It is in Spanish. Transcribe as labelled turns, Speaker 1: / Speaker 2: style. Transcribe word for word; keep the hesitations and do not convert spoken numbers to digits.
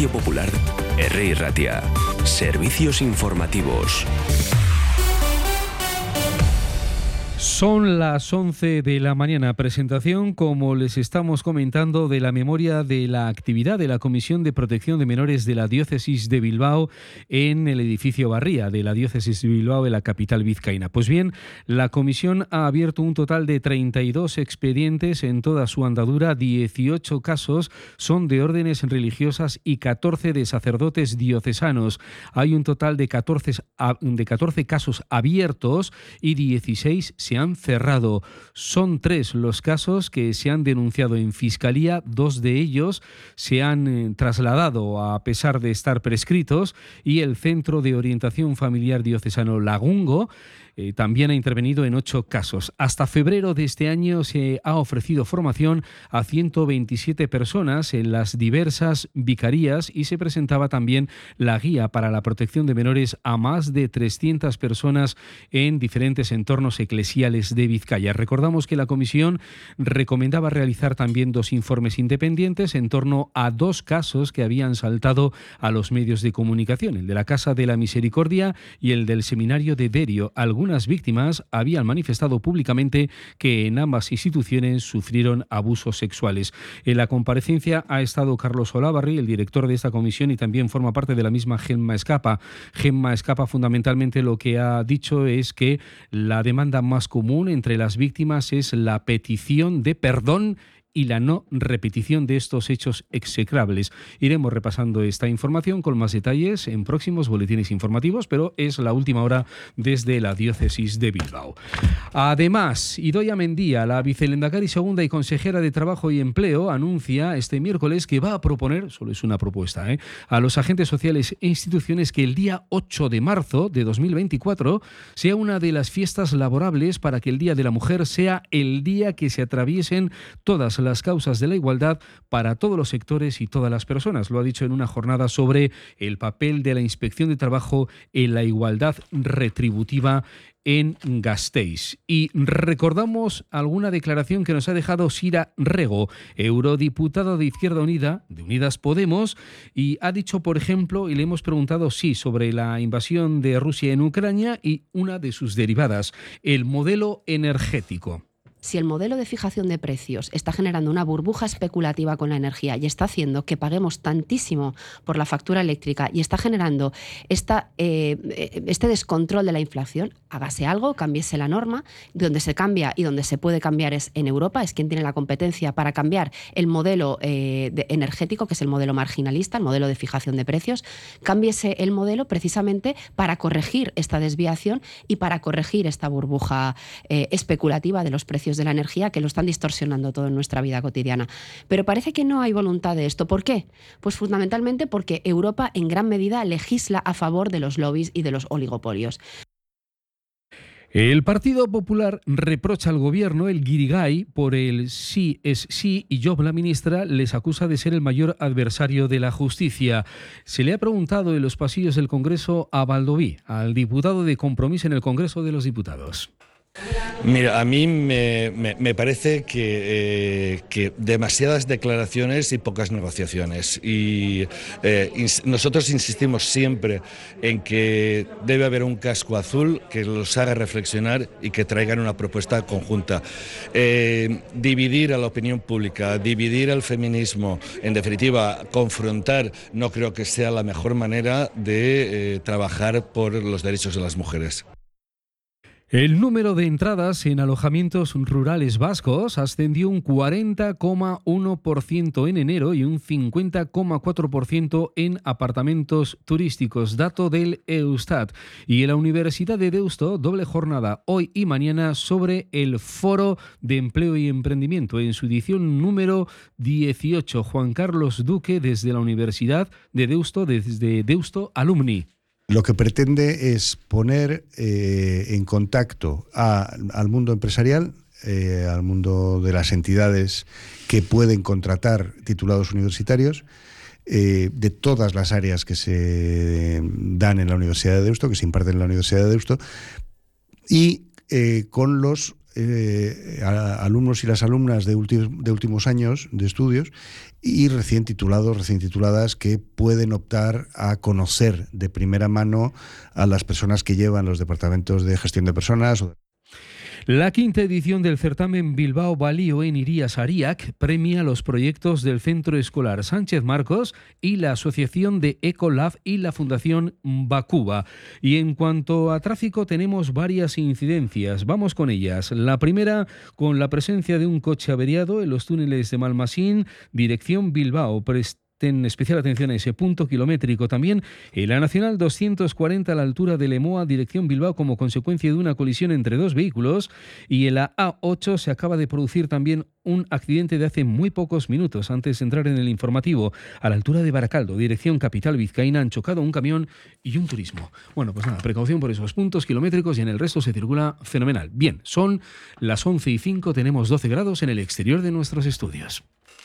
Speaker 1: Radio Popular, R I Ratia. Servicios informativos.
Speaker 2: Son las once de la mañana. Presentación, como les estamos comentando, de la memoria de la actividad de la Comisión de Protección de Menores de la Diócesis de Bilbao en el edificio Barría de la Diócesis de Bilbao, en la capital vizcaína. Pues bien, la comisión ha abierto un total de treinta y dos expedientes en toda su andadura. dieciocho casos son de órdenes religiosas y catorce de sacerdotes diocesanos. Hay un total de catorce, de catorce casos abiertos y dieciséis se han cerrado. Son tres los casos que se han denunciado en Fiscalía, dos de ellos se han eh, trasladado a pesar de estar prescritos, y el Centro de Orientación Familiar Diocesano Lagungo Eh, también ha intervenido en ocho casos. Hasta febrero de este año se ha ofrecido formación a ciento veintisiete personas en las diversas vicarías y se presentaba también la guía para la protección de menores a más de trescientas personas en diferentes entornos eclesiales de Vizcaya. Recordamos que la comisión recomendaba realizar también dos informes independientes en torno a dos casos que habían saltado a los medios de comunicación, el de la Casa de la Misericordia y el del Seminario de Derio. Algunos Algunas víctimas habían manifestado públicamente que en ambas instituciones sufrieron abusos sexuales. En la comparecencia ha estado Carlos Olavarri, el director de esta comisión, y también forma parte de la misma Gemma Escapa. Gemma Escapa fundamentalmente lo que ha dicho es que la demanda más común entre las víctimas es la petición de perdón y la no repetición de estos hechos execrables. Iremos repasando esta información con más detalles en próximos boletines informativos, pero es la última hora desde la Diócesis de Bilbao. Además, Idoia Mendía, la vicelendakari segunda y consejera de Trabajo y Empleo, anuncia este miércoles que va a proponer, solo es una propuesta, ¿eh? a los agentes sociales e instituciones que el día ocho de marzo de dos mil veinticuatro sea una de las fiestas laborables para que el Día de la Mujer sea el día que se atraviesen todas las causas de la igualdad para todos los sectores y todas las personas. Lo ha dicho en una jornada sobre el papel de la Inspección de Trabajo en la igualdad retributiva en Gasteiz. Y recordamos alguna declaración que nos ha dejado Sira Rego, eurodiputada de Izquierda Unida, de Unidas Podemos, y ha dicho, por ejemplo, y le hemos preguntado, sí, sobre la invasión de Rusia en Ucrania y una de sus derivadas, el modelo energético.
Speaker 3: Si el modelo de fijación de precios está generando una burbuja especulativa con la energía y está haciendo que paguemos tantísimo por la factura eléctrica y está generando esta, eh, este descontrol de la inflación, hágase algo, cámbiese la norma. Donde se cambia y donde se puede cambiar es en Europa, es quien tiene la competencia para cambiar el modelo eh, de energético, que es el modelo marginalista, el modelo de fijación de precios. Cámbiese el modelo precisamente para corregir esta desviación y para corregir esta burbuja eh, especulativa de los precios de la energía que lo están distorsionando todo en nuestra vida cotidiana. Pero parece que no hay voluntad de esto. ¿Por qué? Pues fundamentalmente porque Europa en gran medida legisla a favor de los lobbies y de los oligopolios.
Speaker 2: El Partido Popular reprocha al gobierno el guirigay por el sí es sí y Job, la ministra, les acusa de ser el mayor adversario de la justicia. Se le ha preguntado en los pasillos del Congreso a Baldoví, al diputado de Compromís en el Congreso de los Diputados.
Speaker 4: Mira, a mí me, me, me parece que, eh, que demasiadas declaraciones y pocas negociaciones. Y eh, ins- nosotros insistimos siempre en que debe haber un casco azul que los haga reflexionar y que traigan una propuesta conjunta. Eh, dividir a la opinión pública, dividir al feminismo, en definitiva, confrontar, no creo que sea la mejor manera de eh, trabajar por los derechos de las mujeres.
Speaker 2: El número de entradas en alojamientos rurales vascos ascendió un cuarenta coma uno por ciento en enero y un cincuenta coma cuatro por ciento en apartamentos turísticos, dato del Eustat. Y en la Universidad de Deusto, doble jornada hoy y mañana sobre el Foro de Empleo y Emprendimiento. En su edición número dieciocho, Juan Carlos Duque desde la Universidad de Deusto, desde Deusto Alumni.
Speaker 5: Lo que pretende es poner eh, en contacto a, al mundo empresarial, eh, al mundo de las entidades que pueden contratar titulados universitarios, eh, de todas las áreas que se dan en la Universidad de Deusto, que se imparten en la Universidad de Deusto, y eh, con los eh, a, alumnos y las alumnas de, ulti, de últimos años de estudios y recién titulados, recién tituladas que pueden optar a conocer de primera mano a las personas que llevan los departamentos de gestión de personas. O
Speaker 2: La quinta edición del certamen Bilbao Balio en Irías Ariak premia los proyectos del Centro Escolar Sánchez Marcos y la Asociación de Ecolab y la Fundación Bakuba. Y en cuanto a tráfico, tenemos varias incidencias. Vamos con ellas. La primera, con la presencia de un coche averiado en los túneles de Malmasín, dirección Bilbao. Ten especial atención a ese punto kilométrico. También en la Nacional doscientos cuarenta a la altura de Lemoa, dirección Bilbao, como consecuencia de una colisión entre dos vehículos. Y en la A ocho se acaba de producir también un accidente de hace muy pocos minutos. Antes de entrar en el informativo, a la altura de Baracaldo, dirección Capital Vizcaína, han chocado un camión y un turismo. Bueno, pues nada, precaución por esos puntos kilométricos y en el resto se circula fenomenal. Bien, son las once y cinco, tenemos doce grados en el exterior de nuestros estudios.